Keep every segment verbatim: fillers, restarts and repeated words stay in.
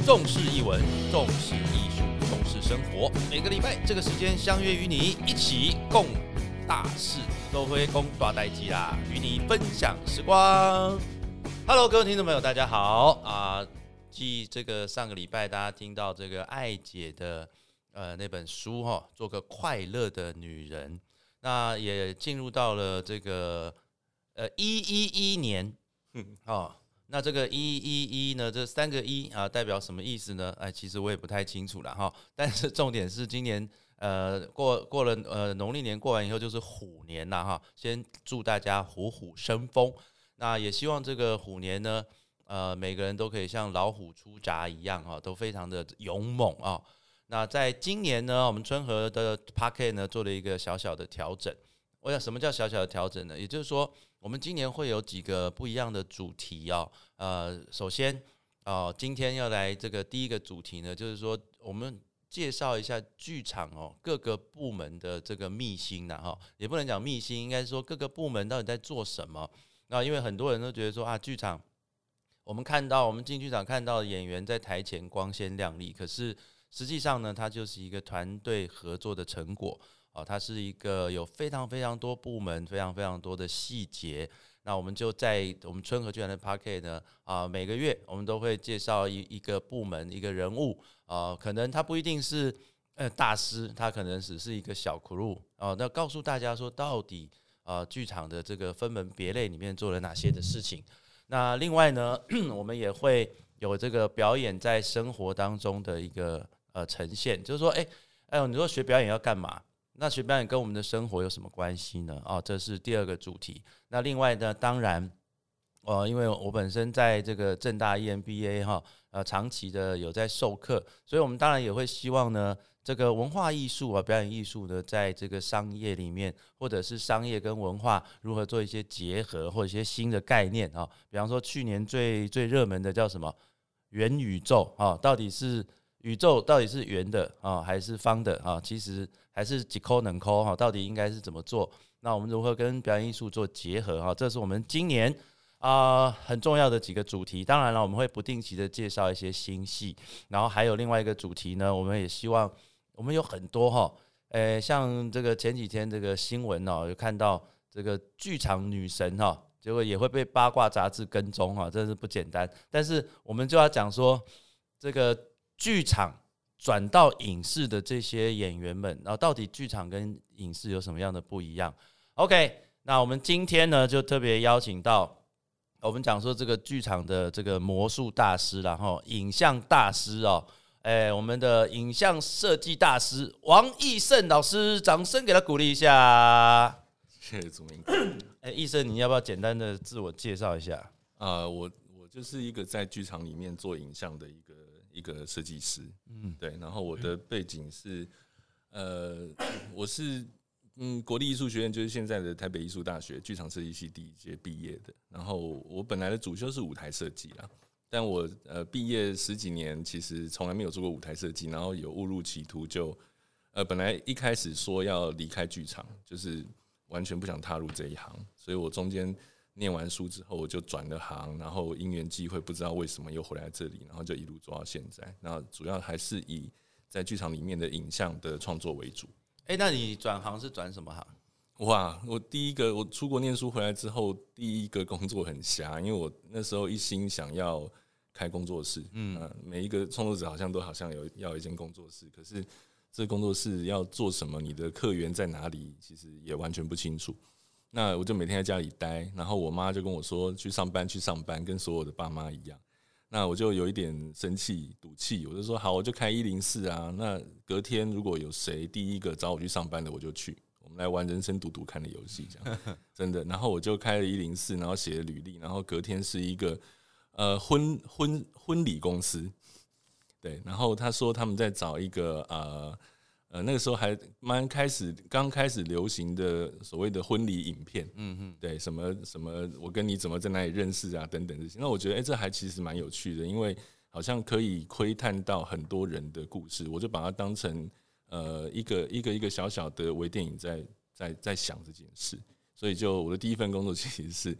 重视艺文，重视艺术，重视生活。每个礼拜这个时间相约与你一起共大事，都会共大代志啦，与你分享时光。Hello， 各位听众朋友，大家好啊！继这个上个礼拜大家听到这个艾姐的呃那本书哈、哦，做个快乐的女人，那也进入到了这个呃一一一年，哦。那这个一一一呢，这三个一啊，代表什么意思呢？哎，其实我也不太清楚了哈。但是重点是今年呃过过了呃农历年过完以后就是虎年了哈。先祝大家虎虎生风。那也希望这个虎年呢，呃每个人都可以像老虎出闸一样哈，都非常的勇猛啊。那在今年呢，我们春和的 Podcast 呢做了一个小小的调整。我想什么叫小小的调整呢？也就是说，我们今年会有几个不一样的主题哦。呃，首先，哦，今天要来这个第一个主题呢，就是说我们介绍一下剧场哦各个部门的这个秘辛呐哈，也不能讲秘辛，应该说各个部门到底在做什么。那因为很多人都觉得说啊，剧场我们看到我们进剧场看到的演员在台前光鲜亮丽，可是实际上呢，它就是一个团队合作的成果。哦，它是一个有非常非常多部门、非常非常多的细节。那我们就在我们春和剧团的 Podcast 呢，啊，每个月我们都会介绍一一个部门、一个人物，啊，可能他不一定是呃大师，他可能只是一个小 crew， 啊，那告诉大家说到底，啊，剧场的这个分门别类里面做了哪些的事情。那另外呢，我们也会有这个表演在生活当中的一个呃呈现，就是说，哎哎呦，你说学表演要干嘛？那学表演跟我们的生活有什么关系呢？哦，这是第二个主题。那另外呢，当然，呃，因为我本身在这个政大 E M B A 哈，呃，长期的有在授课，所以我们当然也会希望呢，这个文化艺术啊，表演艺术呢，在这个商业里面，或者是商业跟文化如何做一些结合，或者一些新的概念啊。比方说，去年最最热门的叫什么元宇宙啊，到底是宇宙到底是圆的啊，还是方的啊？其实还是几抠能抠哈，到底应该是怎么做？那我们如何跟表演艺术做结合哈？这是我们今年啊、呃、很重要的几个主题。当然了，我们会不定期的介绍一些新戏，然后还有另外一个主题呢，我们也希望我们有很多哈，诶，像这个前几天这个新闻哦，有看到这个剧场女神哈，结果也会被八卦杂志跟踪哈，真是不简单。但是我们就要讲说这个剧场转到影视的这些演员们，然后到底剧场跟影视有什么样的不一样 ？OK， 那我们今天呢就特别邀请到我们讲说这个剧场的这个魔术大师，然后影像大师哦，哎，我们的影像设计大师王义胜老师，掌声给他鼓励一下。 谢谢祖明。 哎，义胜，你要不要简单的自我介绍一下？ 啊、呃，我我就是一个在剧场里面做影像的一个一个设计师，嗯，对。然后我的背景是，呃，我是嗯国立艺术学院，就是现在的台北艺术大学剧场设计系第一届毕业的。然后我本来的主修是舞台设计啦，但我呃毕业十几年，其实从来没有做过舞台设计，然后有误入歧途就，就呃本来一开始说要离开剧场，就是完全不想踏入这一行，所以我中间念完书之后，我就转了行，然后因缘际会，不知道为什么又回来这里，然后就一路做到现在。那主要还是以在剧场里面的影像的创作为主。 哎、欸，那你转行是转什么行？ 哇，我第一个我出国念书回来之后，第一个工作很瞎，因为我那时候一心想要开工作室，嗯、呃，每一个创作者好像都好像有要一间工作室，可是这工作室要做什么，你的客源在哪里，其实也完全不清楚。那我就每天在家里待，然后我妈就跟我说去上班去上班，跟所有的爸妈一样。那我就有一点生气赌气，我就说好，我就开一零四啊。那隔天如果有谁第一个找我去上班的，我就去，我们来玩人生赌赌看的游戏，这样真的。然后我就开了一零四，然后写了履历，然后隔天是一个呃婚婚婚礼公司，对，然后他说他们在找一个呃。呃，那个时候还蛮开始，刚开始流行的所谓的婚礼影片，嗯嗯，对，什么什么，我跟你怎么在哪里认识啊，等等这些。那我觉得，哎、欸，这还其实蛮有趣的，因为好像可以窥探到很多人的故事，我就把它当成呃一个一个一个小小的微电影在在在想这件事。所以就我的第一份工作其实是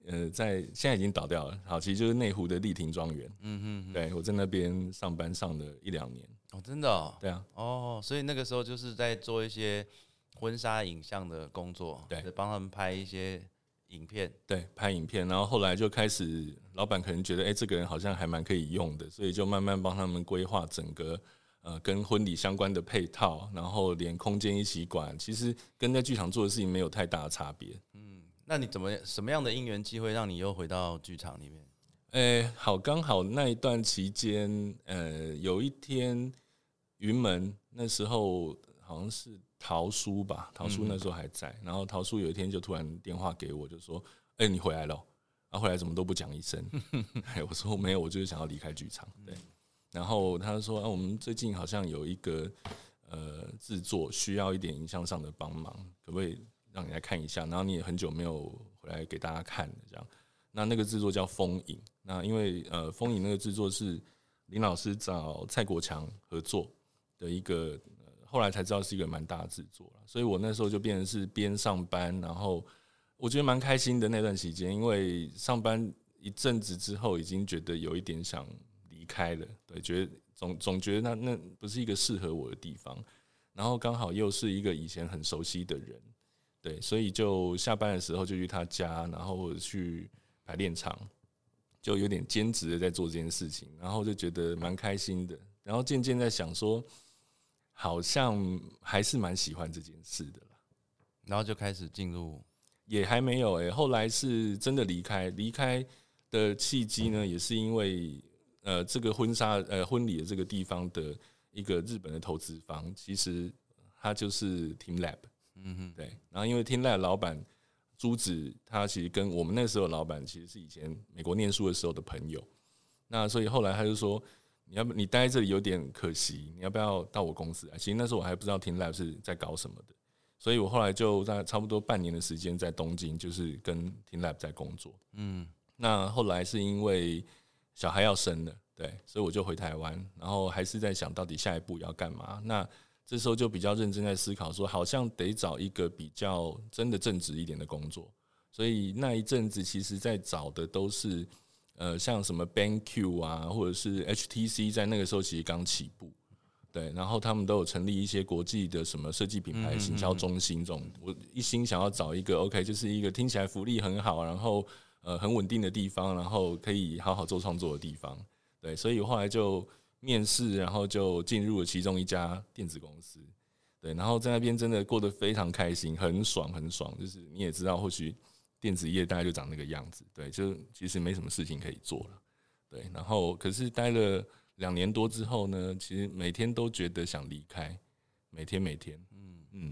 呃，在现在已经倒掉了。好，其实就是内湖的丽亭庄园。嗯哼，对我在那边上班上了一两年。 哦，真的哦。 对啊。 哦，所以那个时候就是在做一些婚纱影像的工作， 对， 帮他们拍一些影片。 对，拍影片，然后后来就开始，老板可能觉得，哎、欸，这个人好像还蛮可以用的，所以就慢慢帮他们规划整个。呃，跟婚礼相关的配套，然后连空间一起管，其实跟在剧场做的事情没有太大的差别。 嗯，那你怎么什么样的因缘机会让你又回到剧场里面？ 哎、欸，好，刚好那一段期间，呃，有一天云门那时候好像是陶叔吧，陶叔那时候还在，嗯、然后陶叔有一天就突然电话给我，就说：“哎、欸，你回来了。”然后回来怎么都不讲一声。我说没有，我就是想要离开剧场。对。然后他说、啊：“我们最近好像有一个呃制作需要一点影像上的帮忙，可不可以让你来看一下？然后你也很久没有回来给大家看了，这样。那那个制作叫《风影》，那因为呃《风影》那个制作是林老师找蔡国强合作的一个，呃、后来才知道是一个蛮大的制作了。所以我那时候就变成是边上班，然后我觉得蛮开心的那段期间，因为上班一阵子之后，已经觉得有一点想。”离开了，对，觉得总总觉得那那不是一个适合我的地方，然后刚好又是一个以前很熟悉的人，对，所以就下班的时候就去他家，然后去排练场，就有点兼职的在做这件事情，然后就觉得蛮开心的，然后渐渐在想说，好像还是蛮喜欢这件事的啦， 然后就开始进入， 也还没有哎、欸，后来是真的离开，离开的契机呢，也是因为。呃，这个婚纱呃婚礼的这个地方的一个日本的投资方，其实他就是 TeamLab， 嗯哼，对。然后因为 TeamLab 老板朱子，他其实跟我们那时候的老板其实是以前美国念书的时候的朋友，那所以后来他就说，你要不你待在这里有点可惜，你要不要到我公司来？其实那时候我还不知道 TeamLab 是在搞什么的，所以我后来就在差不多半年的时间在东京，就是跟 TeamLab 在工作。嗯，那后来是因为小孩要生了，对，所以我就回台湾，然后还是在想到底下一步要干嘛。那这时候就比较认真在思考，说好像得找一个比较真的正职一点的工作。所以那一阵子其实在找的都是，呃，像什么 BenQ 啊，或者是 H T C， 在那个时候其实刚起步，对，然后他们都有成立一些国际的什么设计品牌行销中心这种。我一心想要找一个 OK， 就是一个听起来福利很好，然后。呃，很稳定的地方，然后可以好好做创作的地方，对，所以我后来就面试，然后就进入了其中一家电子公司，对，然后在那边真的过得非常开心，很爽，很爽。就是你也知道，或许电子业大概就长那个样子，对，就其实没什么事情可以做了，对。然后可是待了两年多之后呢，其实每天都觉得想离开，每天每天，嗯嗯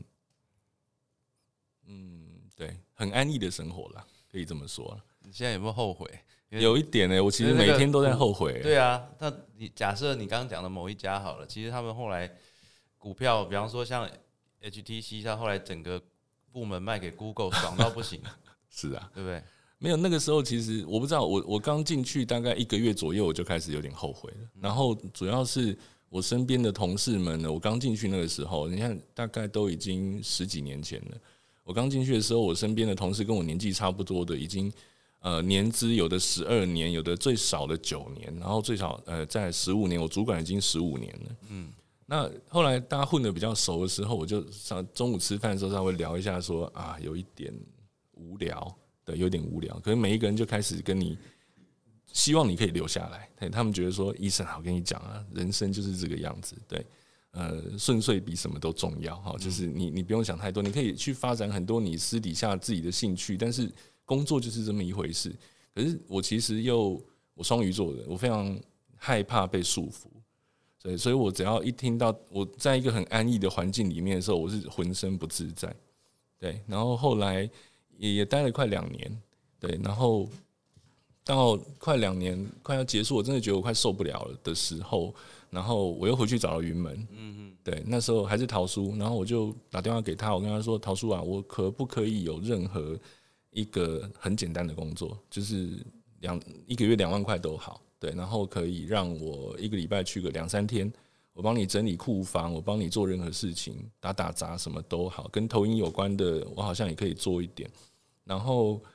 嗯，对，很安逸的生活啦，可以这么说啦。 你现在有没有后悔？ 有一点呢、欸，我其实每天都在后悔、欸。 对啊，那你假设你刚刚讲的某一家好了，其实他们后来股票，比方说像 H T C， 它后来整个部门卖给 Google， 爽到不行。 是啊， 对不对？ 没有那个时候，其实我不知道，我我刚进去大概一个月左右，我就开始有点后悔了。然后主要是我身边的同事们呢，我刚进去那个时候，你看大概都已经十几年前了。我刚进去的时候，我身边的同事跟我年纪差不多的，已经。呃，年资有的十二年，有的最少的九年，然后最少呃在十五年，我主管已经十五年了。嗯，那后来大家混得比较熟的时候，我就上中午吃饭的时候稍微聊一下说，说啊有一点无聊，对，有点无聊。可是每一个人就开始跟你希望你可以留下来，对，他们觉得说，医生，我跟你讲啊，人生就是这个样子，对，呃，顺遂比什么都重要哈，就是你你不用想太多，你可以去发展很多你私底下自己的兴趣，但是。工作就是这么一回事，可是我其实又我双鱼座的，我非常害怕被束缚，所以所以我只要一听到我在一个很安逸的环境里面的时候，我是浑身不自在，对，然后后来也也待了快两年，对，然后到快两年快要结束，我真的觉得我快受不了了的时候，然后我又回去找了云门，嗯嗯，对，那时候还是陶叔，然后我就打电话给他，我跟他说，陶叔啊，我可不可以有任何一个很简单的工作，就是两一个月两万块都好，对，然后可以让我一个礼拜去个两三天，我帮你整理库房，我帮你做任何事情，打打杂什么都好，跟投影有关的，我好像也可以做一点。然后，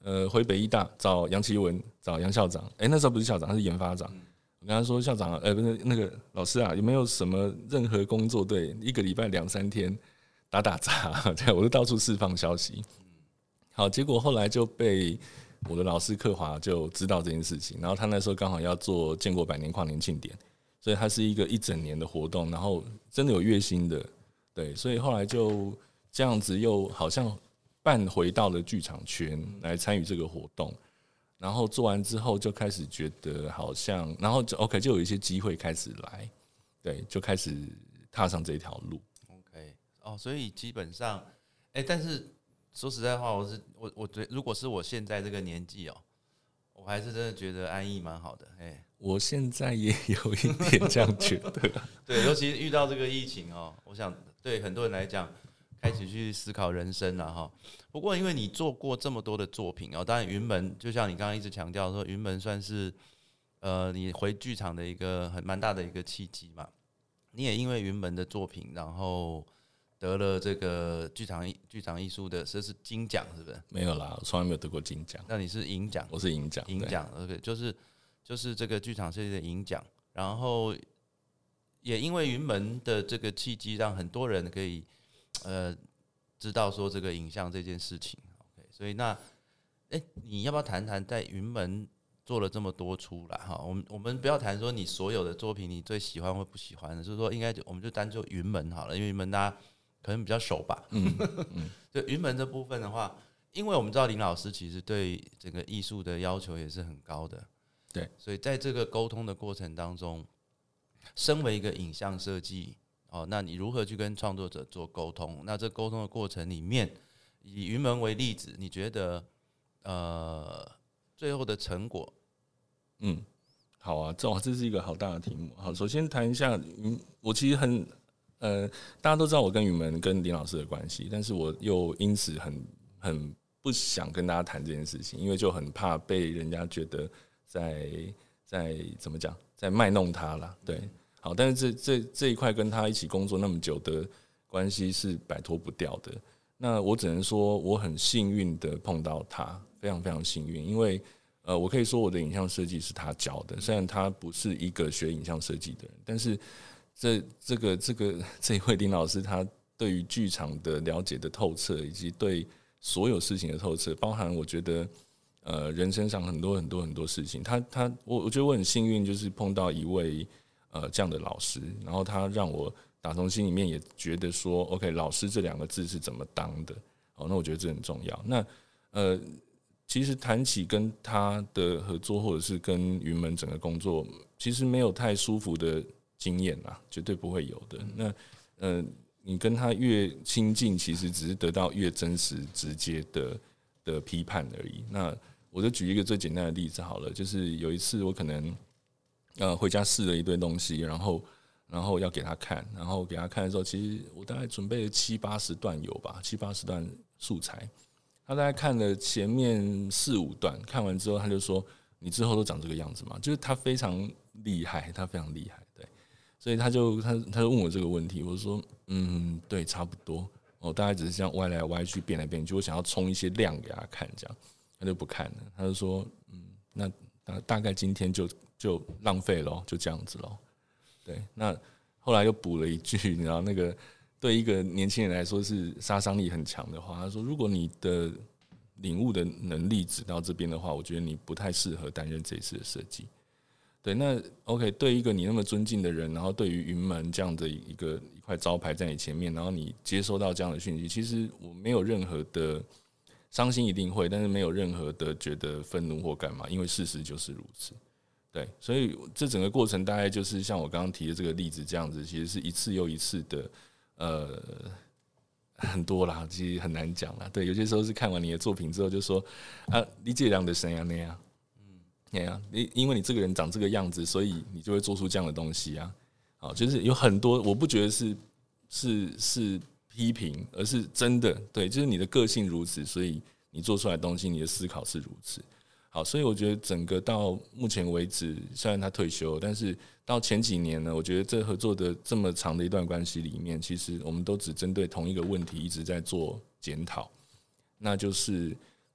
呃，回北医大找杨奇文，找杨校长。哎、欸，那时候不是校长，他是研发长。我跟他说，校长，呃，不是那个老师啊，有没有什么任何工作对一个礼拜两三天打打杂？这样我就到处释放消息。好，结果后来就被我的老师克华就知道这件事情，然后他那时候刚好要做建国百年跨年庆典，所以它是一个一整年的活动，然后真的有月薪的，对，所以后来就这样子又好像办回到了剧场圈来参与这个活动，然后做完之后就开始觉得好像，然后就 OK 就有一些机会开始来，对，就开始踏上这条路。 OK， 哦，所以基本上，哎、欸，但是说实在话，我是我我觉得，如果是我现在这个年纪哦，我还是真的觉得安逸蛮好的。哎、欸， 我现在也有一点这样觉得。 对，尤其遇到这个疫情哦，我想对很多人来讲，开始去思考人生了哈。不过因为你做过这么多的作品哦，当然云门就像你刚刚一直强调说，云门算是呃你回剧场的一个很蛮大的一个契机嘛。你也因为云门的作品，然后得了这个剧场剧场艺术的，这是金奖是不是？ 没有啦，我从来没有得过金奖。 那你是银奖？ 我是银奖， 银奖 ，OK， 就是就是这个剧场设计的银奖，然后也因为云门的这个契机，让很多人可以呃知道说这个影像这件事情 ，OK， 所以那哎、欸，你要不要谈谈在云门做了这么多出来哈？我们我们不要谈说你所有的作品你最喜欢或不喜欢的，就是说应该我们就单就云门好了，因为云门大家可能比较熟吧。嗯嗯，就云门这部分的话，因为我们知道林老师其实对整个艺术的要求也是很高的， 对， 所以在这个沟通的过程当中，身为一个影像设计，哦，那你如何去跟创作者做沟通？那这沟通的过程里面，以云门为例子，你觉得呃最后的成果？ 嗯，好啊，这这是一个好大的题目。好，首先谈一下，嗯，我其实很。呃，大家都知道我跟云门跟林老师的关系，但是我又因此很很不想跟大家谈这件事情，因为就很怕被人家觉得在在怎么讲，在卖弄他啦。对，好，但是这这这一块跟他一起工作那么久的关系是摆脱不掉的。那我只能说，我很幸运的碰到他，非常非常幸运，因为呃，我可以说我的影像设计是他教的，虽然他不是一个学影像设计的人，但是。这这个这个这一位林老师，他对于剧场的了解的透彻，以及对所有事情的透彻，包含我觉得呃人生上很多很多很多事情，他他我我觉得我很幸运，就是碰到一位呃这样的老师，然后他让我打从心里面也觉得说 ，OK， 老师这两个字是怎么当的？哦，那我觉得这很重要。那呃，其实谈起跟他的合作，或者是跟云门整个工作，其实没有太舒服的。经验啊，绝对不会有的。那呃，你跟他越亲近，其实只是得到越真实、直接的的批判而已。那我就举一个最简单的例子好了，就是有一次我可能呃回家试了一堆东西，然后然后要给他看，然后给他看的时候，其实我大概准备了七八十段有吧，七八十段素材。他大概看了前面四五段，看完之后他就说：“你之后都长这个样子吗？”就是他非常厉害，他非常厉害。所以他就他他就问我这个问题，我说嗯，对，差不多。我大概只是这样歪来歪去，变来变去，我想要冲一些量给他看，这样他就不看了，他就说嗯，那大大概今天就就浪费了，就这样子咯。对，那后来又补了一句，你知道那个对一个年轻人来说是杀伤力很强的话，他说如果你的领悟的能力只到这边的话，我觉得你不太适合担任这一次的设计。对，那 OK， 对一个你那么尊敬的人，然后对于云门这样的一个一块招牌在你前面，然后你接收到这样的讯息，其实我没有任何的伤心，一定会，但是没有任何的觉得愤怒或干嘛，因为事实就是如此。对，所以这整个过程大概就是像我刚刚提的这个例子这样子，其实是一次又一次的，呃，很多啦，其实很难讲啦。对，有些时候是看完你的作品之后就说啊，你这样的谁啊那样。对啊，因为你这个人长这个样子，所以你就会做出这样的东西啊。好，就是有很多，我不觉得是是是批评，而是真的对，就是你的个性如此，所以你做出来的东西，你的思考是如此。好，所以我觉得整个到目前为止，虽然他退休，但是到前几年呢，我觉得这合作的这么长的一段关系里面，其实我们都只针对同一个问题一直在做检讨，那就是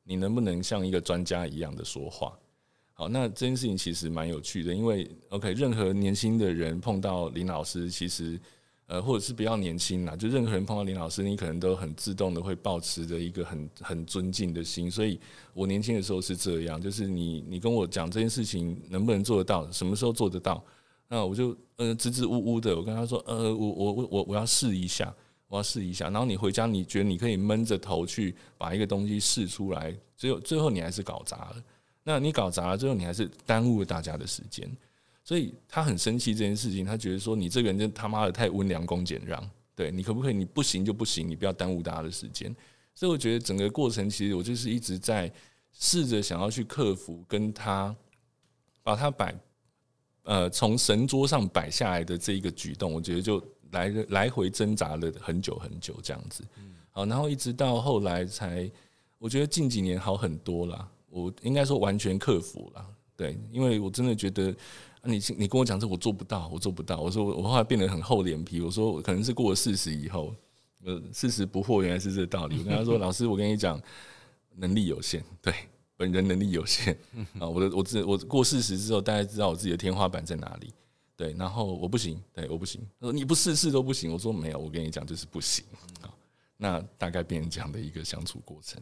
你能不能像一个专家一样的说话？好，那这件事情其实蛮有趣的，因为 OK， 任何年轻的人碰到林老师，其实呃，或者是不要年轻啦，就任何人碰到林老师，你可能都很自动的会抱持着一个很很尊敬的心。所以我年轻的时候是这样，就是你你跟我讲这件事情能不能做得到，什么时候做得到，那我就呃支支吾吾的，我跟他说，呃，我我我我要试一下。我要试一下，然后你回家，你觉得你可以闷着头去把一个东西试出来，最后最后你还是搞砸了。那你搞砸了，最后你还是耽误了大家的时间。所以他很生气这件事情，他觉得说你这个人真他妈的太温良恭俭让，对你可不可以？你不行就不行，你不要耽误大家的时间。所以我觉得整个过程，其实我就是一直在试着想要去克服跟他把他摆呃从神桌上摆下来的这一个举动，我觉得就。来来回挣扎了很久很久这样子，好，然后一直到后来才，我觉得近几年好很多啦。我应该说完全克服了，对，因为我真的觉得，你你跟我讲这我做不到，我做不到。我说我后来变得很厚脸皮，我说可能是过了四十以后，呃，四十不惑原来是这个道理。我跟他说，老师，我跟你讲，能力有限，对，本人能力有限啊。我的我自我过四十之后，大概知道我自己的天花板在哪里。对，然后我不行，对，我不行。他说你不试试都不行。我说没有，我跟你讲就是不行。好，那大概变成这样的一个相处过程。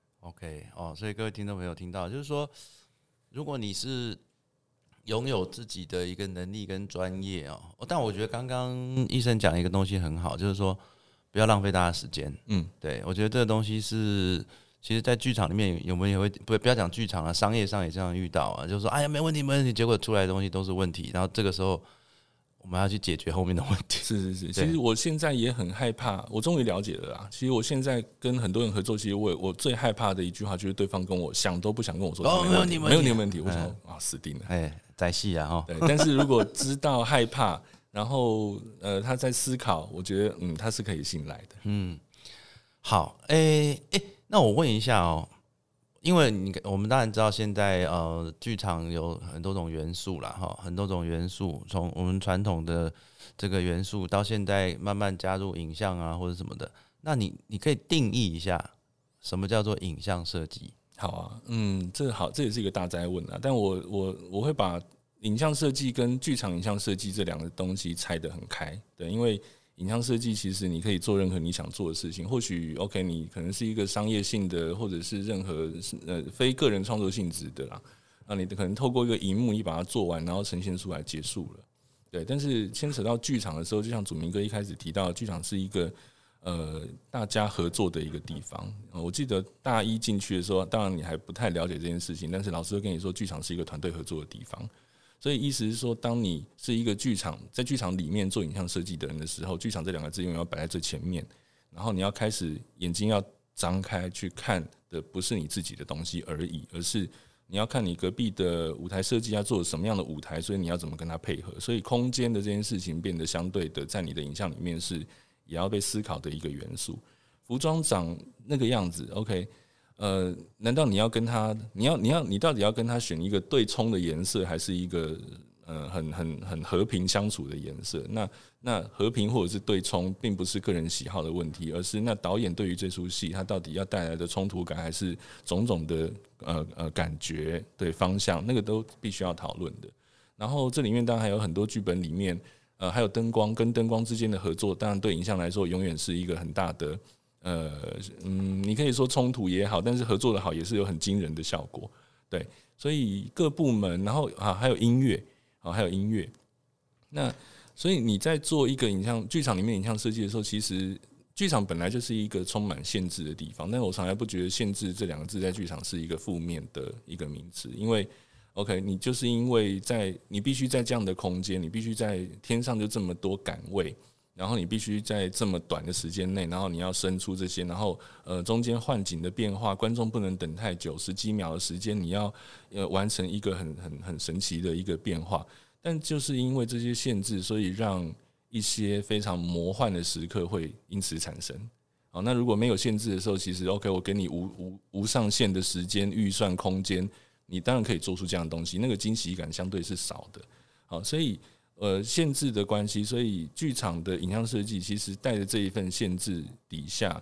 OK， 哦，所以各位听众朋友听到，就是说，如果你是拥有自己的一个能力跟专业哦，但我觉得刚刚医生讲一个东西很好，就是说不要浪费大家时间。嗯，对，我觉得这个东西是。其实，在剧场里面，有没有也会不不要讲剧场啊，商业上也这样遇到啊，就是说，哎呀，没问题，没问题，结果出来的东西都是问题，然后这个时候我们要去解决后面的问题。 是是是，其实我现在也很害怕，我终于了解了啦。其实我现在跟很多人合作，其实我我最害怕的一句话就是对方跟我想都不想跟我说， 哦，没问题， 没有你的问题，为什么啊？死定了， 哎，在戏啊哈。 对，但是如果知道害怕，然后呃他在思考，我觉得嗯他是可以信赖的。 嗯，好，哎、欸、哎、欸，那我问一下哦。因为你我们当然知道现在呃剧场有很多种元素啦哈，很多种元素，从我们传统的这个元素到现在慢慢加入影像啊或者什么的，那你你可以定义一下什么叫做影像设计？ 好啊，嗯，这好，这也是一个大哉问啊。但我我我会把影像设计跟剧场影像设计这两个东西拆得很开，对，因为。影像设计其实你可以做任何你想做的事情，或许 OK， 你可能是一个商业性的，或者是任何呃非个人创作性质的啦。那你可能透过一个荧幕，你把它做完，然后呈现出来结束了。对，但是牵扯到剧场的时候，就像祖明哥一开始提到，剧场是一个呃大家合作的一个地方。我记得大一进去的时候，当然你还不太了解这件事情，但是老师会跟你说，剧场是一个团队合作的地方。所以意思是说，当你是一个剧场，在剧场里面做影像设计的人的时候，剧场这两个字永远要摆在最前面。然后你要开始眼睛要张开去看的，不是你自己的东西而已，而是你要看你隔壁的舞台设计要做什么样的舞台，所以你要怎么跟他配合。所以空间的这件事情变得相对的，在你的影像里面是也要被思考的一个元素。服装长那个样子 ，OK。呃，难道你要跟他，你要你要你到底要跟他选一个对冲的颜色，还是一个呃很很很和平相处的颜色？那那和平或者是对冲，并不是个人喜好的问题，而是那导演对于这出戏，他到底要带来的冲突感，还是种种的呃呃感觉对方向，那个都必须要讨论的。然后这里面当然还有很多剧本里面，呃，还有灯光跟灯光之间的合作，当然对影像来说，永远是一个很大的。呃，嗯，你可以说冲突也好，但是合作的好也是有很惊人的效果，对，所以各部门，然后啊还有音乐，啊还有音乐，那所以你在做一个影像剧场里面影像设计的时候，其实剧场本来就是一个充满限制的地方，但我从来不觉得限制这两个字在剧场是一个负面的一个名词，因为 OK， 你就是因为在你必须在这样的空间，你必须在天上就这么多岗位。然后你必须在这么短的时间内，然后你要生出这些，然后呃中间换景的变化，观众不能等太久，十几秒的时间你要呃完成一个很很很神奇的一个变化。但就是因为这些限制，所以让一些非常魔幻的时刻会因此产生。好，那如果没有限制的时候，其实 OK， 我给你无无无上限的时间、预算、空间，你当然可以做出这样的东西，那个惊喜感相对是少的。好，所以。呃，限制的关系，所以剧场的影像设计其实带着这一份限制底下，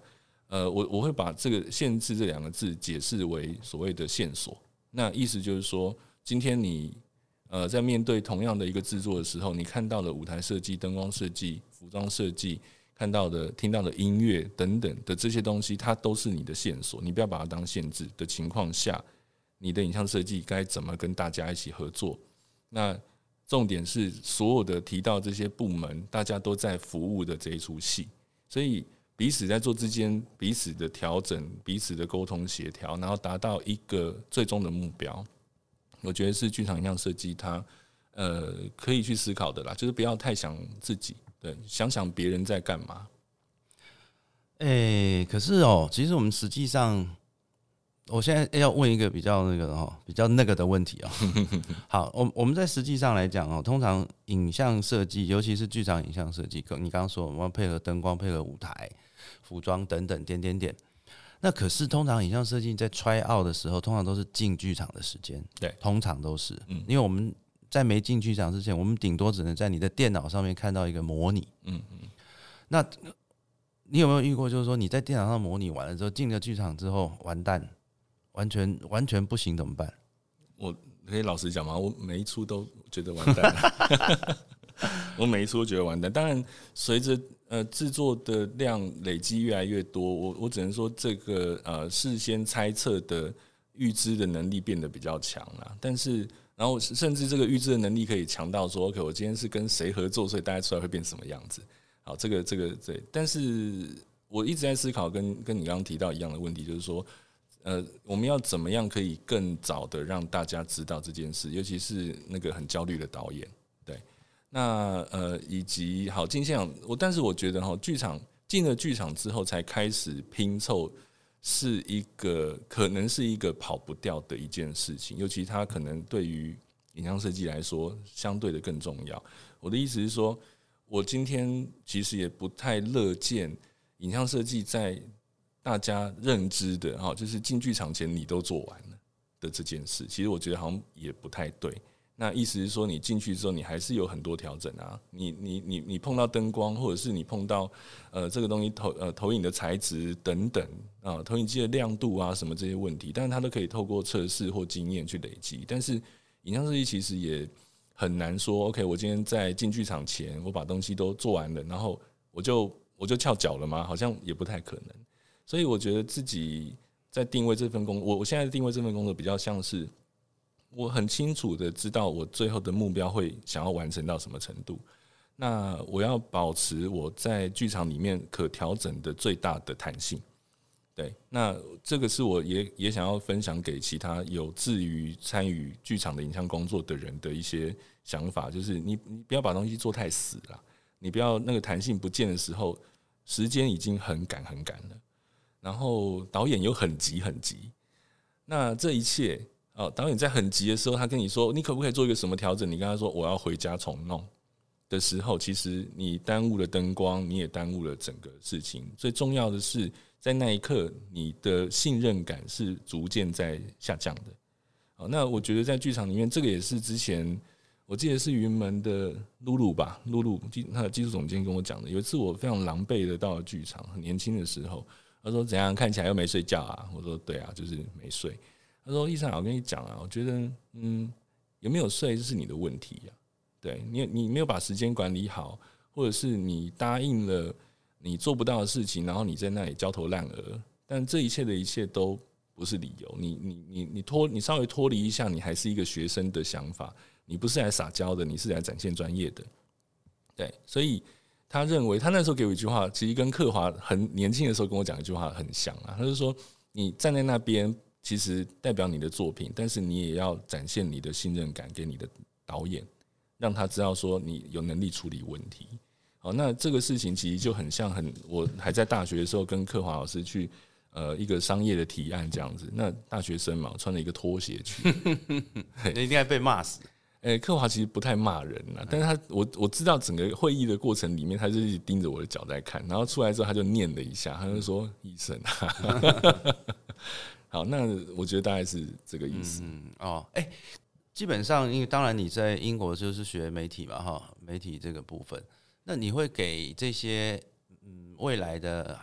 呃，我我会把这个限制这两个字解释为所谓的线索。那意思就是说，今天你呃在面对同样的一个制作的时候，你看到的舞台设计、灯光设计、服装设计，看到的、听到的音乐等等的这些东西，它都是你的线索。你不要把它当限制的情况下，你的影像设计该怎么跟大家一起合作？那重点是所有的提到这些部门，大家都在服务的这一出戏，所以彼此在做之间彼此的调整、彼此的沟通协调，然后达到一个最终的目标。我觉得是剧场影像设计它呃可以去思考的啦，就是不要太想自己，对，想想别人在干嘛。 哎、欸，可是哦，其实我们实际上，我现在要问一个比较那个哦，比较那个的问题哦。好，我我们在实际上来讲哦，通常影像设计，尤其是剧场影像设计，你刚刚说我们要配合灯光、配合舞台、服装等等点点点。那可是通常影像设计在 try out 的时候，通常都是进剧场的时间， 对， 通常都是，嗯，因为我们在没进剧场之前，我们顶多只能在你的电脑上面看到一个模拟，嗯嗯。那你有没有遇过，就是说你在电脑上模拟完了之后，进了剧场之后，完蛋，完全完全不行怎么办？ 我可以老实讲吗？我每一出都觉得完蛋了，我每一出都觉得完蛋。当然，随着呃制作的量累积越来越多，我我只能说这个呃事先猜测的预知的能力变得比较强了。但是，然后甚至这个预知的能力可以强到说 ，OK， 我今天是跟谁合作，所以大家出来会变什么样子。好，这个这个对，但是我一直在思考跟跟你刚刚提到一样的问题，就是说，呃，我们要怎么样可以更早的让大家知道这件事，尤其是那个很焦虑的导演，对，那呃，以及好进现场，我但是我觉得哈，剧场进了剧场之后才开始拼凑，是一个可能是一个跑不掉的一件事情，尤其它可能对于影像设计来说相对的更重要。我的意思是说，我今天其实也不太乐见影像设计在大家认知的哈，就是进剧场前你都做完了的这件事，其实我觉得好像也不太对。那意思是说，你进去之后，你还是有很多调整啊。你你你你碰到灯光，或者是你碰到呃这个东西投呃投影的材质等等啊，投影机的亮度啊什么这些问题，但是它都可以透过测试或经验去累积。但是影像设计其实也很难说 ，OK， 我今天在进剧场前，我把东西都做完了，然后我就我就翘脚了吗？好像也不太可能。所以我觉得自己在定位这份工作，我我现在定位这份工作比较像是，我很清楚的知道我最后的目标会想要完成到什么程度。那我要保持我在剧场里面可调整的最大的弹性。对，那这个是我也也想要分享给其他有志于参与剧场的影像工作的人的一些想法，就是你你不要把东西做太死了，你不要那个弹性不见的时候，时间已经很赶很赶了，然后导演又很急很急，那这一切哦，导演在很急的时候，他跟你说你可不可以做一个什么调整，你跟他说我要回家重弄的时候，其实你耽误了灯光，你也耽误了整个事情。最重要的是，在那一刻，你的信任感是逐渐在下降的。好，那我觉得在剧场里面，这个也是之前我记得是云门的露露吧，露露他的技术总监跟我讲的。有一次我非常狼狈的到了剧场，很年轻的时候，他说怎样看起来又没睡觉啊？我说对啊，就是没睡。他说易善，我跟你讲啊，我觉得嗯有没有睡就是你的问题啊。对你，你没有把时间管理好，或者是你答应了你做不到的事情，然后你在那里焦头烂额，但这一切的一切都不是理由。你你你你脱，你稍微脱离一下，你还是一个学生的想法，你不是来撒娇的，你是来展现专业的。对，所以他认为，他那时候给我一句话，其实跟克华很年轻的时候跟我讲一句话很像啊。他就说，你站在那边，其实代表你的作品，但是你也要展现你的信任感给你的导演。让他知道说你有能力处理问题。好，那这个事情其实就很像很我还在大学的时候跟克华老师去呃一个商业的提案这样子。那大学生嘛，穿了一个拖鞋去， 你应该被骂死。 诶、欸，克华其实不太骂人啦，但是他我我知道整个会议的过程里面，他就一直盯着我的脚在看，然后出来之后他就念了一下，他就说：“医生啊。”好，那我觉得大概是这个意思。嗯哦，哎、欸。基本上，因为当然你在英国就是学媒体嘛，哈，媒体这个部分，那你会给这些嗯未来的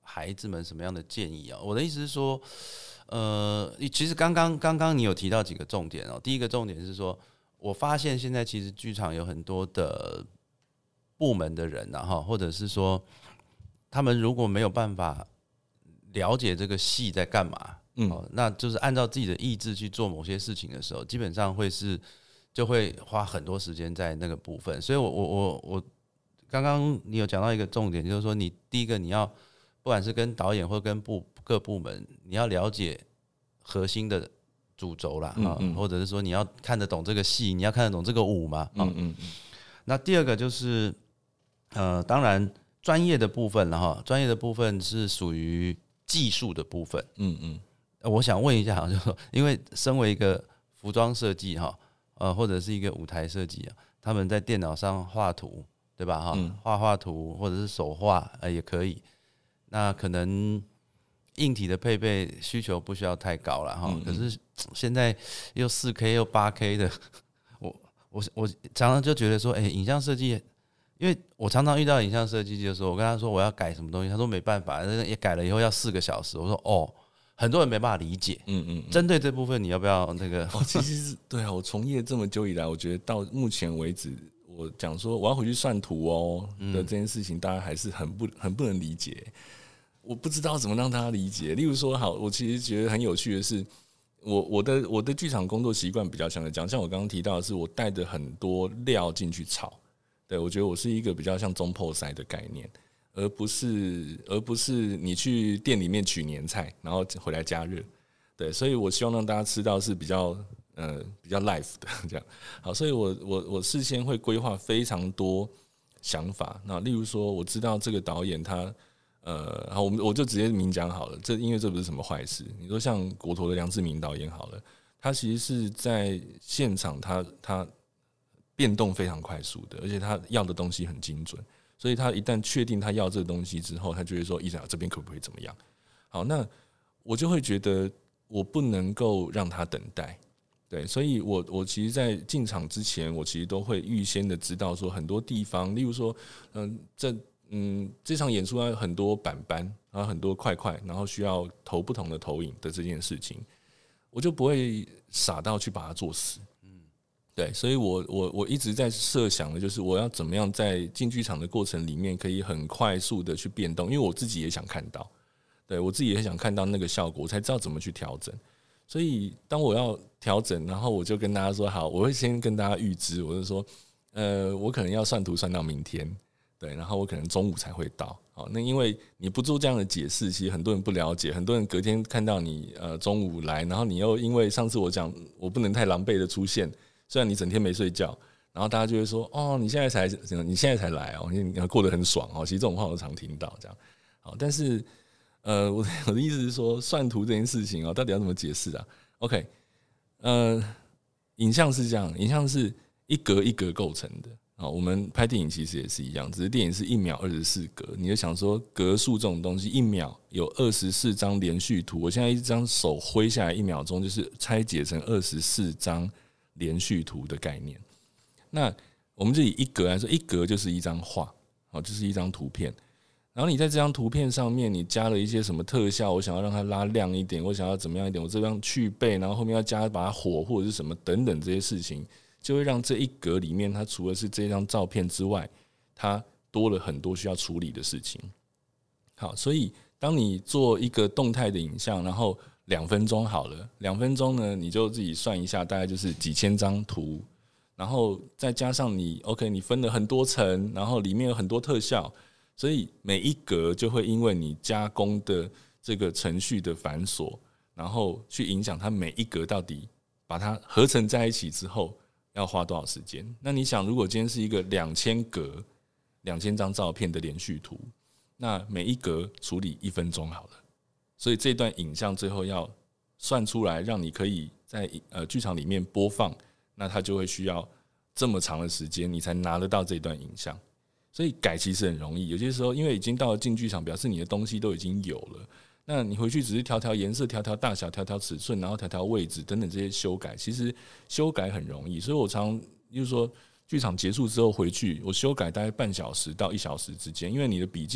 孩子们什么样的建议啊？我的意思是说，呃，其实刚刚刚刚你有提到几个重点哦。第一个重点是说，我发现现在其实剧场有很多的部门的人啊，哈，或者是说，他们如果没有办法了解这个戏在干嘛，嗯、哦，那就是按照自己的意志去做某些事情的时候，基本上会是就会花很多时间在那个部分。所以我我我我刚刚你有讲到一个重点，就是说你第一个你要。不管是跟导演或跟部各部门，你要了解核心的主轴啦，嗯嗯或者是说你要看得懂这个戏，你要看得懂这个舞嘛，嗯嗯嗯那第二个就是，呃，当然专业的部分了哈，专业的部分是属于技术的部分，嗯嗯。我想问一下，就是说，因为身为一个服装设计哈，呃，或者是一个舞台设计啊，他们在电脑上画图，对吧？哈，画画图或者是手画，呃，也可以。那可能硬体的配备需求不需要太高了哈，可是现在又 四 K 又 八 K 的，我我我常常就觉得说，哎、欸，影像设计，因为我常常遇到影像设计，就是说我跟他说我要改什么东西，他说没办法，也改了以后要四个小时，我说哦，很多人没办法理解，嗯嗯，针对这部分你要不要那个？ 哦，其实是对啊，我从业这么久以来，我觉得到目前为止，我讲说我要回去算图哦的这件事情，大家还是很不很不能理解。我不知道怎么让大家理解。例如说，好，我其实觉得很有趣的是，我我的我的剧场工作习惯比较像的讲，像我刚刚提到的是，我带着很多料进去炒。对，我觉得我是一个比较像中破塞的概念，而不是而不是你去店里面取年菜，然后回来加热。对，所以我希望让大家吃到是比较呃比较 live 的这样。好，所以我我我事先会规划非常多想法。那例如说，我知道这个导演他。呃，好，我们我就直接明讲好了，这因为这不是什么坏事。你说像国陀的梁志明导演好了，他其实是在现场他，他他变动非常快速的，而且他要的东西很精准，所以他一旦确定他要这个东西之后，他就会说：“医生，这边可不可以怎么样？”好，那我就会觉得我不能够让他等待，对，所以我我其实，在进场之前，我其实都会预先的知道说很多地方，例如说，嗯，这。嗯，这场演出有很多板板，然后很多块块，然后需要投不同的投影的这件事情，我就不会傻到去把它做死。嗯，对，所以我我我一直在设想的就是我要怎么样在进剧场的过程里面可以很快速的去变动，因为我自己也想看到，对我自己也想看到那个效果，我才知道怎么去调整。所以当我要调整，然后我就跟大家说好，我会先跟大家预知，我就说，呃，我可能要算图算到明天。对，然后我可能中午才会到。好，那因为你不做这样的解释，其实很多人不了解，很多人隔天看到你呃中午来，然后你又因为上次我讲我不能太狼狈的出现，虽然你整天没睡觉，然后大家就会说哦，你现在才你现在才来哦，你过得很爽哦。其实这种话我常听到这样。好，但是呃我我的意思是说，算图这件事情哦，到底要怎么解释啊 ？OK， 呃，影像是这样，影像是一格一格构成的。好，我们拍电影其实也是一样，只是电影是一秒二十四格，你就想说格数这种东西，一秒有二十四张连续图，我现在一张手挥下来一秒钟，就是拆解成二十四张连续图的概念。那我们就以一格来说，一格就是一张画，好，就是一张图片。然后你在这张图片上面，你加了一些什么特效，我想要让它拉亮一点，我想要怎么样一点，我这样去背，然后后面要加把它火或者是什么等等这些事情。就会让这一格里面，它除了是这张照片之外，它多了很多需要处理的事情。好，所以当你做一个动态的影像，然后两分钟好了，两分钟呢，你就自己算一下，大概就是几千张图，然后再加上你 OK， 你分了很多层，然后里面有很多特效，所以每一格就会因为你加工的这个程序的繁琐，然后去影响它每一格到底把它合成在一起之后。要花多少时间？那你想，如果今天是一个两千格、两千张照片的连续图，那每一格处理一分钟好了。所以这段影像最后要算出来，让你可以在呃剧场里面播放，那它就会需要这么长的时间，你才拿得到这段影像。所以改其实很容易，有些时候因为已经到了进剧场，表示你的东西都已经有了。那你回去只是调调颜色、调调大小、调调尺寸，然后调调位置等等这些修改，其实修改很容易。所以我常就是说，剧场结束之后回去，我修改大概半小时到一小时之间，因为你的笔记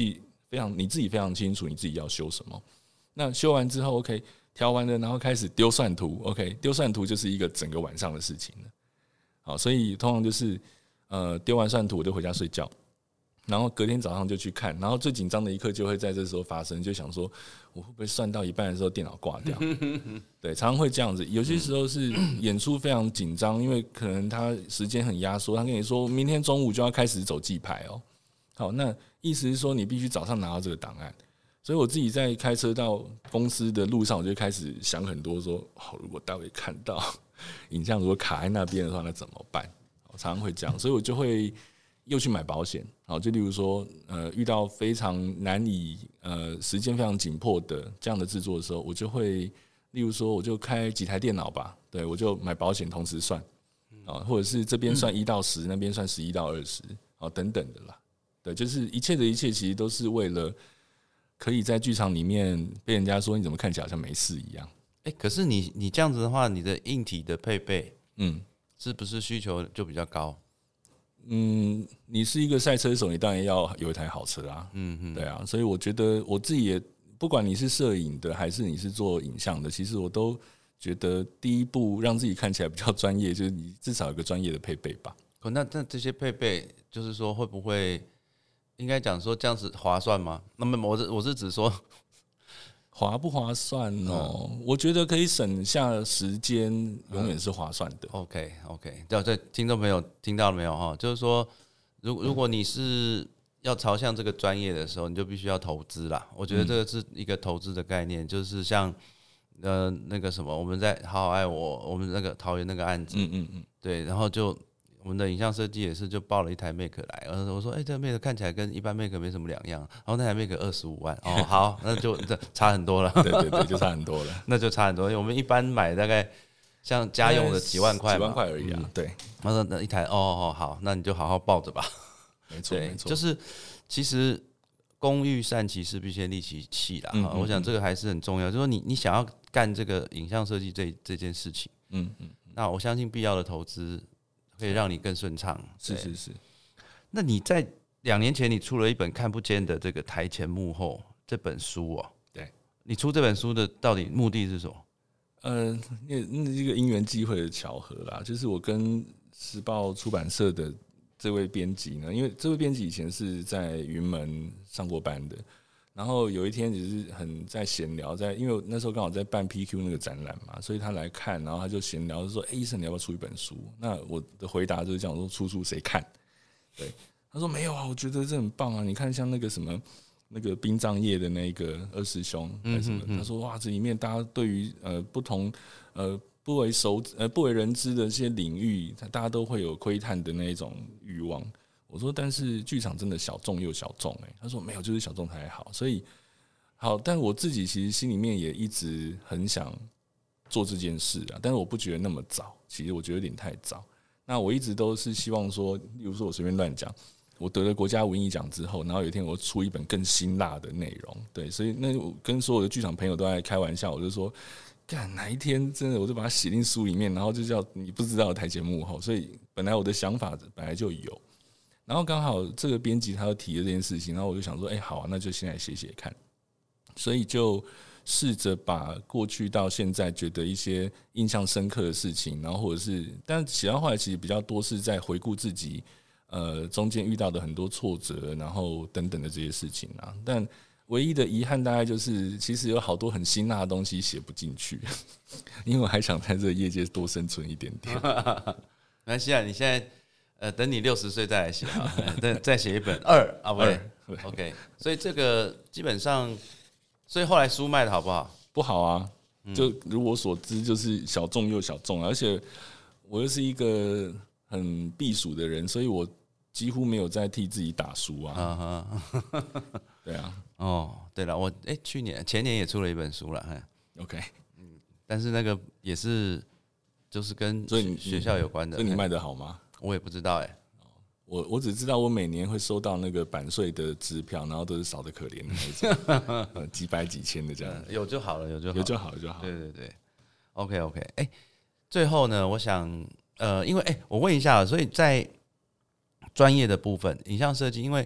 非常你自己非常清楚你自己要修什么。那修完之后 OK 调完了，然后开始丢算图 OK 丢算图就是一个整个晚上的事情了。好，所以通常就是呃丢完算图我就回家睡觉，然后隔天早上就去看，然后最紧张的一刻就会在这时候发生，就想说我会不会算到一半的时候电脑挂掉？对，常常会这样子。有些时候是演出非常紧张，因为可能他时间很压缩，他跟你说明天中午就要开始走记牌哦。好，那意思是说你必须早上拿到这个档案。所以我自己在开车到公司的路上，我就开始想很多说，好，如果待会看到影像如果卡在那边的话，那怎么办？我常常会这样，所以我就会又去买保险。好，就例如说，呃，遇到非常难以呃时间非常紧迫的这样的制作的时候，我就会，例如说，我就开几台电脑吧，对我就买保险同时算，啊，或者是这边算一到十，那边算十一到二十，啊，等等的啦。对，就是一切的一切，其实都是为了可以在剧场里面被人家说你怎么看起来好像没事一样。 哎、欸，可是你你这样子的话，你的硬体的配备，嗯，是不是需求就比较高？ 嗯，你是一个赛车手，你当然要有一台好车啊。嗯嗯，对啊，所以我觉得我自己也，不管你是摄影的还是你是做影像的，其实我都觉得第一步让自己看起来比较专业，就是你至少有个专业的配备吧。 可那那这些配备，就是说会不会应该讲说这样子划算吗？那么我是我是指说。 划不划算哦？嗯、我觉得可以省下时间，永远是划算的。 嗯、OK OK， 对对，听众朋友听到了没有哈？就是说，如如果你是要朝向这个专业的时候，你就必须要投资啦。我觉得这个是一个投资的概念，就是像呃那个什么，我们在好好爱我，我们那个桃园那个案子，嗯嗯嗯，对，然后就。我们的影像设计也是，就报了一台 Mac 来，然后我说，哎、欸，这个 Mac 看起来跟一般 Mac 没什么两样，然后那台 Mac 二十五万，哦，好，那就差很多了， 对对对，就差很多了， 那就差很多，因为我们一般买大概像家用的几万块， 几万块而已啊，嗯、对。 他说那一台，哦哦好，那你就好好抱着吧， 没错没错， 就是其实工欲善其事，必先利其器啦，嗯嗯嗯我想这个还是很重要，就是说你你想要干这个影像设计这这件事情，嗯嗯，那我相信必要的投资。可以让你更顺畅， 是是是。 那你在两年前你出了一本看不见的这个台前幕后这本书哦， 对， 你出这本书的到底目的是什么？ 呃，那那是一个因缘际会的巧合啦，就是我跟时报出版社的这位编辑呢，因为这位编辑以前是在云门上过班的。然后有一天只是很在闲聊，在因为我那时候刚好在办 P Q 那个展览嘛，所以他来看，然后他就闲聊，就说：“哎、欸，医生你要不要出一本书？”那我的回答就是这样说：“出书谁看？”对，他说：“没有啊，我觉得这很棒啊！你看像那个什么那个殡葬业的那个二师兄还是什么，他说哇，这里面大家对于呃不同呃不为熟呃不为人知的这些领域，大家都会有窥探的那一种欲望。”我说，但是剧场真的小众又小众哎，他说没有，就是小众才好，所以好，但我自己其实心里面也一直很想做这件事啊，但是我不觉得那么早，其实我觉得有点太早。那我一直都是希望说，例如说我随便乱讲，我得了国家文艺奖之后，然后有一天我出一本更辛辣的内容，对，所以那我跟所有的剧场朋友都在开玩笑，我就说，干哪一天真的我就把它写进书里面，然后就叫你不知道的台前幕后，所以本来我的想法本来就有。然后刚好这个编辑他又提了这件事情，然后我就想说，哎、欸，好啊，那就现在写写看。所以就试着把过去到现在觉得一些印象深刻的事情，然后或者是，但写到后来其实比较多是在回顾自己，呃，中间遇到的很多挫折，然后等等的这些事情啊。但唯一的遗憾大概就是，其实有好多很辛辣的东西写不进去，因为我还想在这个业界多生存一点点。 没关系啊，你现在。呃，等你六十岁再来写啊，再再写一本二啊，不对 ，OK， 所以这个基本上，所以后来书卖的好不好？ 不好啊，就如我所知，就是小众又小众，而且我又是一个很避暑的人，所以我几乎没有在替自己打书啊。对啊， 哦，对了，我哎、欸，去年前年也出了一本书了 ，OK， 嗯，但是那个也是就是跟学校有关的， 所以你卖的好吗？ 我也不知道哎、欸， 我我只知道我每年会收到那个版税的支票，然后都是少得可怜的那种，几百几千的这样、 嗯，有就好了，有就好了， 有就好了就好。 对对对 ，OK OK， 哎、欸，最后呢，我想呃，因为哎、欸，我问一下，所以在专业的部分，影像设计，因为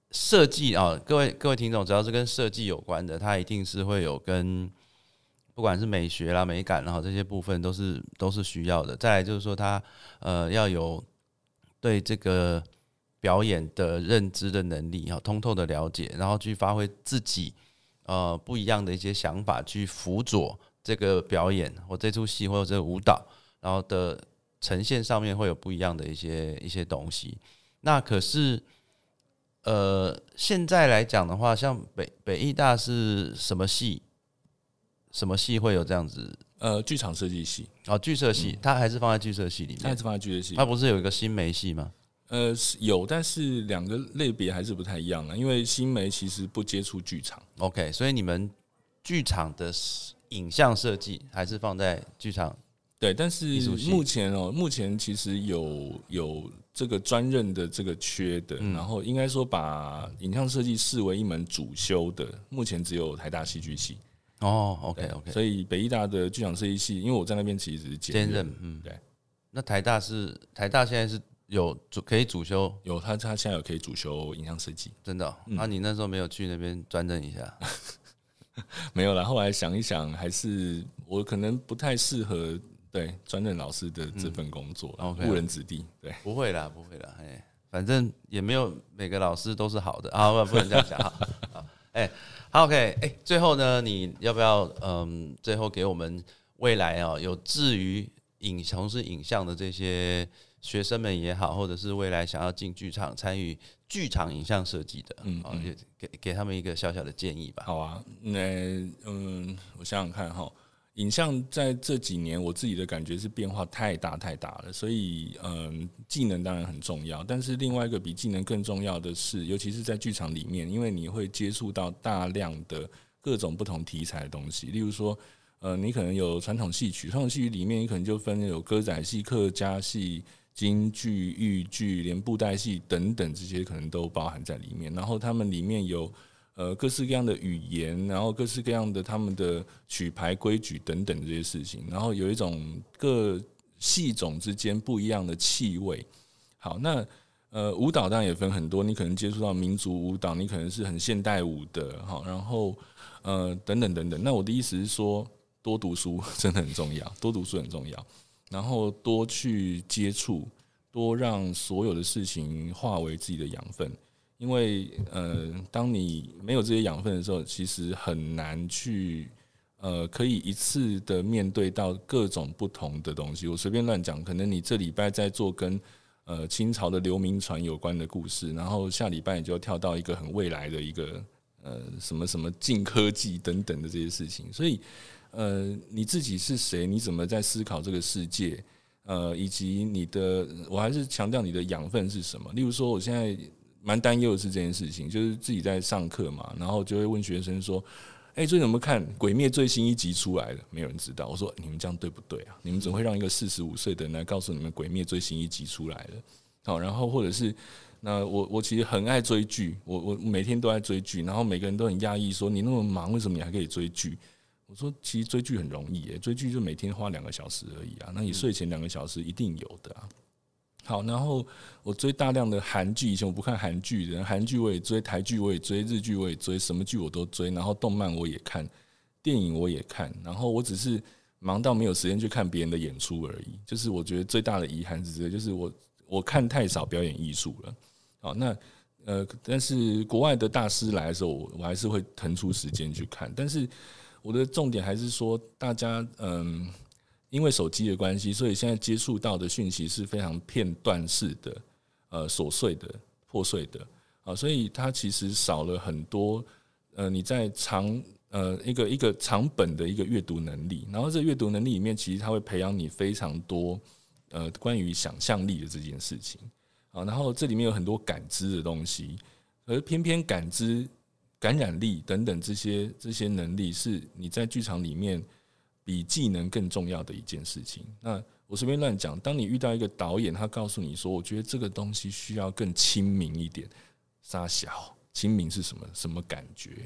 设计啊，各位各位听众，只要是跟设计有关的，它一定是会有跟不管是美学啦、美感，然后这些部分都是都是需要的。再来就是说它，呃要有对这个表演的认知的能力，通透的了解，然后去发挥自己呃不一样的一些想法，去辅佐这个表演或这出戏或者这个舞蹈，然后的呈现上面会有不一样的一些一些东西。那可是。呃，现在来讲的话，像北北艺大是什么系？什么系会有这样子？ 呃，剧场设计系哦，剧设系，嗯、它还是放在剧设系里面， 它还是放在剧设系。 它不是有一个新媒系吗？ 呃，有，但是两个类别还是不太一样了，因为新媒其实不接触剧场。 OK， 所以你们剧场的影像设计还是放在剧场。 对，但是目前哦，目前其实有有这个专任的这个缺的，嗯、然后应该说把影像设计视为一门主修的，目前只有台大戏剧系。 哦 ，OK OK， 所以北艺大的剧场设计系，因为我在那边其实只是兼任，嗯，对。 那台大是台大现在是有主可以主修， 有他他现在有可以主修影像设计， 真的、哦？那、嗯啊、你那时候没有去那边专任一下？ 没有啦，后来想一想，还是我可能不太适合。对专任老师的这份工作，误、嗯、人子弟，对， 不会啦，不会啦，哎，反正也没有每个老师都是好的啊，不能这样讲啊，哎，好 ，OK， 哎，最后呢，你要不要嗯，最后给我们未来啊，有志于影从事影像的这些学生们也好，或者是未来想要进剧场参与剧场影像设计的，嗯，嗯也给给他们一个小小的建议吧。 好啊，那嗯，我想想看哈。影像在这几年，我自己的感觉是变化太大太大了，所以嗯，技能当然很重要，但是另外一个比技能更重要的是，尤其是在剧场里面，因为你会接触到大量的各种不同题材的东西，例如说，呃，你可能有传统戏曲，传统戏曲里面你可能就分有歌仔戏、客家戏、京剧、豫剧、连布袋戏等等，这些可能都包含在里面，然后他们里面有。呃，各式各样的语言，然后各式各样的他们的曲牌规矩等等这些事情，然后有一种各戏种之间不一样的气味。好，那呃舞蹈当然也分很多，你可能接触到民族舞蹈，你可能是很现代舞的，好，然后呃等等等等。那我的意思是说，多读书真的很重要，多读书很重要，然后多去接触，多让所有的事情化为自己的养分。因为呃，当你没有这些养分的时候，其实很难去呃，可以一次的面对到各种不同的东西。我随便乱讲，可能你这礼拜在做跟呃清朝的流民船有关的故事，然后下礼拜你就跳到一个很未来的一个呃什么什么近科技等等的这些事情。所以呃，你自己是谁？你怎么在思考这个世界？呃，以及你的，我还是强调你的养分是什么。例如说，我现在。蛮担忧的是这件事情，就是自己在上课嘛，然后就会问学生说：“哎、欸，最近有没有看《鬼灭》最新一集出来了？”没有人知道。我说：“你们这样对不对啊？你们怎么会让一个四十五岁的人来告诉你们《鬼灭》最新一集出来了？”好，然后或者是那我我其实很爱追剧，我我每天都在追剧，然后每个人都很讶异说：“你那么忙，为什么你还可以追剧？”我说：“其实追剧很容易耶，追剧就每天花两个小时而已啊，那你睡前两个小时一定有的啊。”好，然后我追大量的韩剧，以前我不看韩剧的，韩剧我也追，台剧我也追，日剧我也追，什么剧我都追，然后动漫我也看，电影我也看，然后我只是忙到没有时间去看别人的演出而已。就是我觉得最大的遗憾是这个，就是我我看太少表演艺术了。好，那呃，但是国外的大师来的时候，我我还是会腾出时间去看。但是我的重点还是说，大家嗯。因为手机的关系，所以现在接触到的讯息是非常片段式的、呃琐碎的、破碎的啊，所以它其实少了很多呃你在长呃一个一个长本的一个阅读能力，然后这阅读能力里面，其实它会培养你非常多呃关于想象力的这件事情啊，然后这里面有很多感知的东西，而偏偏感知、感染力等等这些这些能力，是你在剧场里面。比技能更重要的一件事情。那我随便乱讲，当你遇到一个导演，他告诉你说：“我觉得这个东西需要更亲民一点。”傻小，亲民是什么什么感觉？嗯、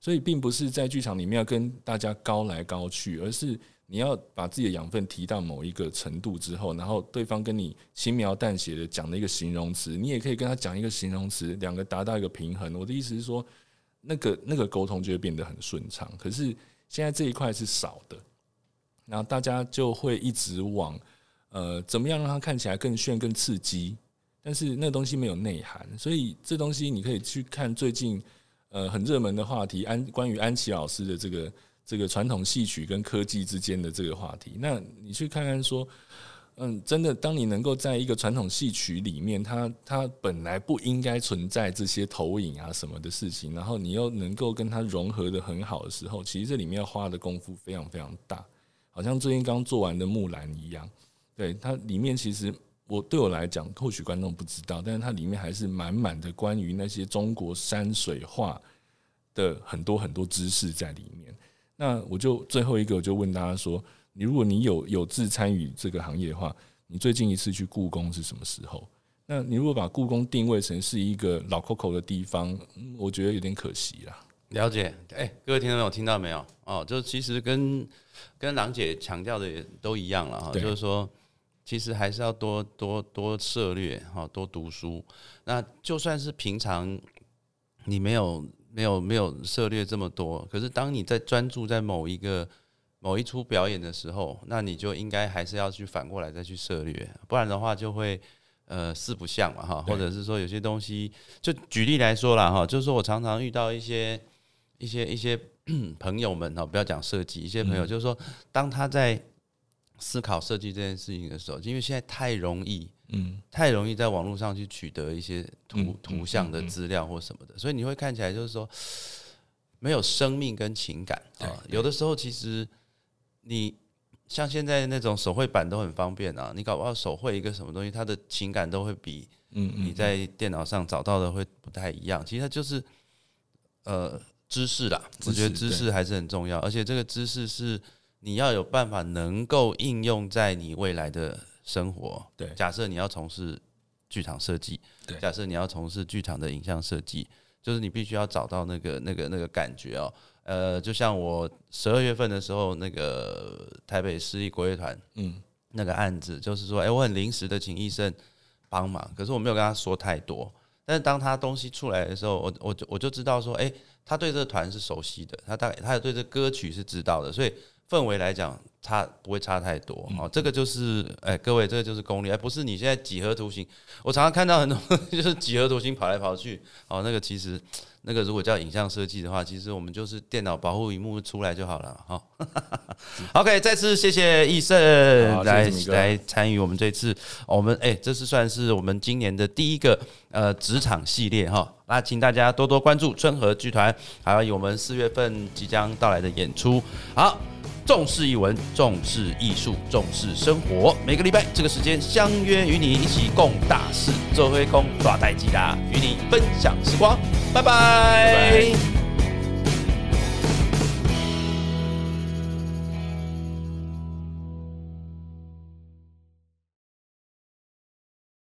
所以并不是在剧场里面要跟大家高来高去，而是你要把自己的养分提到某一个程度之后，然后对方跟你轻描淡写的讲了一个形容词，你也可以跟他讲一个形容词，两个达到一个平衡。我的意思是说，那个那个沟通就会变得很顺畅。可是现在这一块是少的，然后大家就会一直往呃怎么样让它看起来更炫、更刺激，但是那东西没有内涵。所以这东西你可以去看最近呃很热门的话题，安关于安琪老师的这个。这个传统戏曲跟科技之间的这个话题，那你去看看说，嗯，真的，当你能够在一个传统戏曲里面，它它本来不应该存在这些投影啊什么的事情，然后你又能够跟它融合的很好的时候，其实这里面要花的功夫非常非常大，好像最近刚做完的木兰一样，对，它里面其实我对我来讲，或许观众不知道，但是它里面还是满满的关于那些中国山水画的很多很多知识在里面。那我就最后一个，我就问大家说，你如果你有有志参与这个行业的话，你最近一次去故宫是什么时候？那你如果把故宫定位成是一个老 Coco 的地方，我觉得有点可惜啦。 了解，哎、欸，各位听众朋友听到没有？哦，就其实跟跟郎姐强调的也都一样了哈，就是说，其实还是要多多多涉略哈，多读书。那就算是平常你没有。没有没有涉猎这么多，可是当你在专注在某一个某一出表演的时候，那你就应该还是要去反过来再去涉猎，不然的话就会呃四不像嘛哈，或者是说有些东西，就举例来说啦哈，就是说我常常遇到一些一些一些朋友们哈，不要讲设计，一些朋友就是说，当他在思考设计这件事情的时候，因为现在太容易。嗯，太容易在网络上去取得一些图图像的资料或什么的，所以你会看起来就是说没有生命跟情感啊。有的时候其实你像现在那种手绘版都很方便啊，你搞不好手绘一个什么东西，它的情感都会比你在电脑上找到的会不太一样。其实它就是呃知识啦，我觉得知识还是很重要，而且这个知识是你要有办法能够应用在你未来的生活。对，假设你要从事剧场设计，假设你要从事剧场的影像设计，就是你必须要找到那个那个那个感觉哦。呃，就像我十二月份的时候，那个台北市立国乐团，嗯，那个案子，就是说，哎、欸，我很临时的请医生帮忙，可是我没有跟他说太多。但是当他东西出来的时候，我我就我就知道说，哎、欸，他对这个团是熟悉的，他大概他也对这歌曲是知道的，所以氛围来讲。差不会差太多，哦，这个就是哎、欸，各位，这个就是功力，而不是你现在几何图形。我常常看到很多就是几何图形跑来跑去，哦，那个其实那个如果叫影像设计的话，其实我们就是电脑保护萤幕出来就好了，哈、哦。OK， 再次谢谢奕胜来来参与我们这次，我们哎、欸，这是算是我们今年的第一个呃职场系列哈。哦，那请大家多多关注春和剧团，还有我们四月份即将到来的演出。好。重视艺文，重视艺术，重视生活。每个礼拜这个时间相约与你一起共大事，做灰空大代际啦，与你分享时光。拜拜。拜拜。